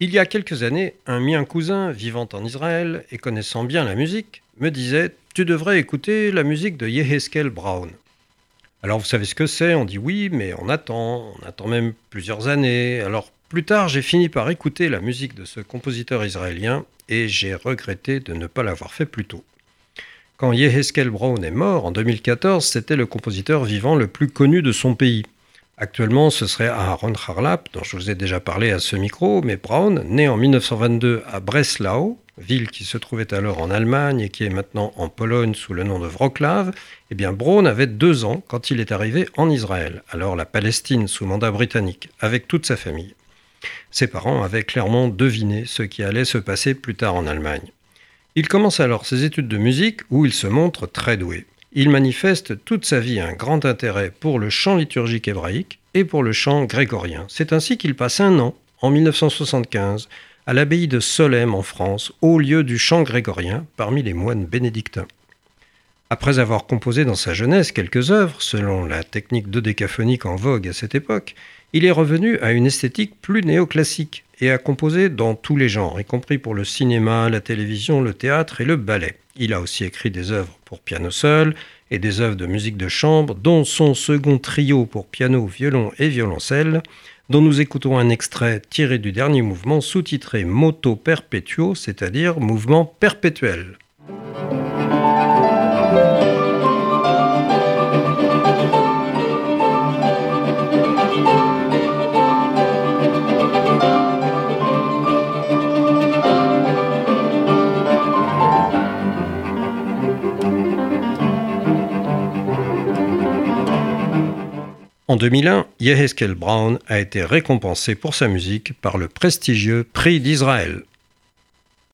Il y a quelques années, un mien cousin vivant en Israël et connaissant bien la musique me disait « Tu devrais écouter la musique de Yeheskel Brown ». Alors vous savez ce que c'est, on dit oui, mais on attend même plusieurs années. Alors plus tard, j'ai fini par écouter la musique de ce compositeur israélien et j'ai regretté de ne pas l'avoir fait plus tôt. Quand Yeheskel Brown est mort en 2014, c'était le compositeur vivant le plus connu de son pays. Actuellement, ce serait Aaron Harlap, dont je vous ai déjà parlé à ce micro, mais Brown, né en 1922 à Breslau, ville qui se trouvait alors en Allemagne et qui est maintenant en Pologne sous le nom de Wrocław, eh bien Brown avait 2 ans quand il est arrivé en Israël, alors la Palestine sous mandat britannique, avec toute sa famille. Ses parents avaient clairement deviné ce qui allait se passer plus tard en Allemagne. Il commence alors ses études de musique où il se montre très doué. Il manifeste toute sa vie un grand intérêt pour le chant liturgique hébraïque et pour le chant grégorien. C'est ainsi qu'il passe 1 an, en 1975, à l'abbaye de Solesmes en France, haut lieu du chant grégorien parmi les moines bénédictins. Après avoir composé dans sa jeunesse quelques œuvres, selon la technique dodécaphonique en vogue à cette époque, il est revenu à une esthétique plus néoclassique et a composé dans tous les genres, y compris pour le cinéma, la télévision, le théâtre et le ballet. Il a aussi écrit des œuvres pour piano seul et des œuvres de musique de chambre, dont son second trio pour piano, violon et violoncelle, dont nous écoutons un extrait tiré du dernier mouvement sous-titré Moto Perpetuo, c'est-à-dire mouvement perpétuel. En 2001, Yeheskel Brown a été récompensé pour sa musique par le prestigieux Prix d'Israël.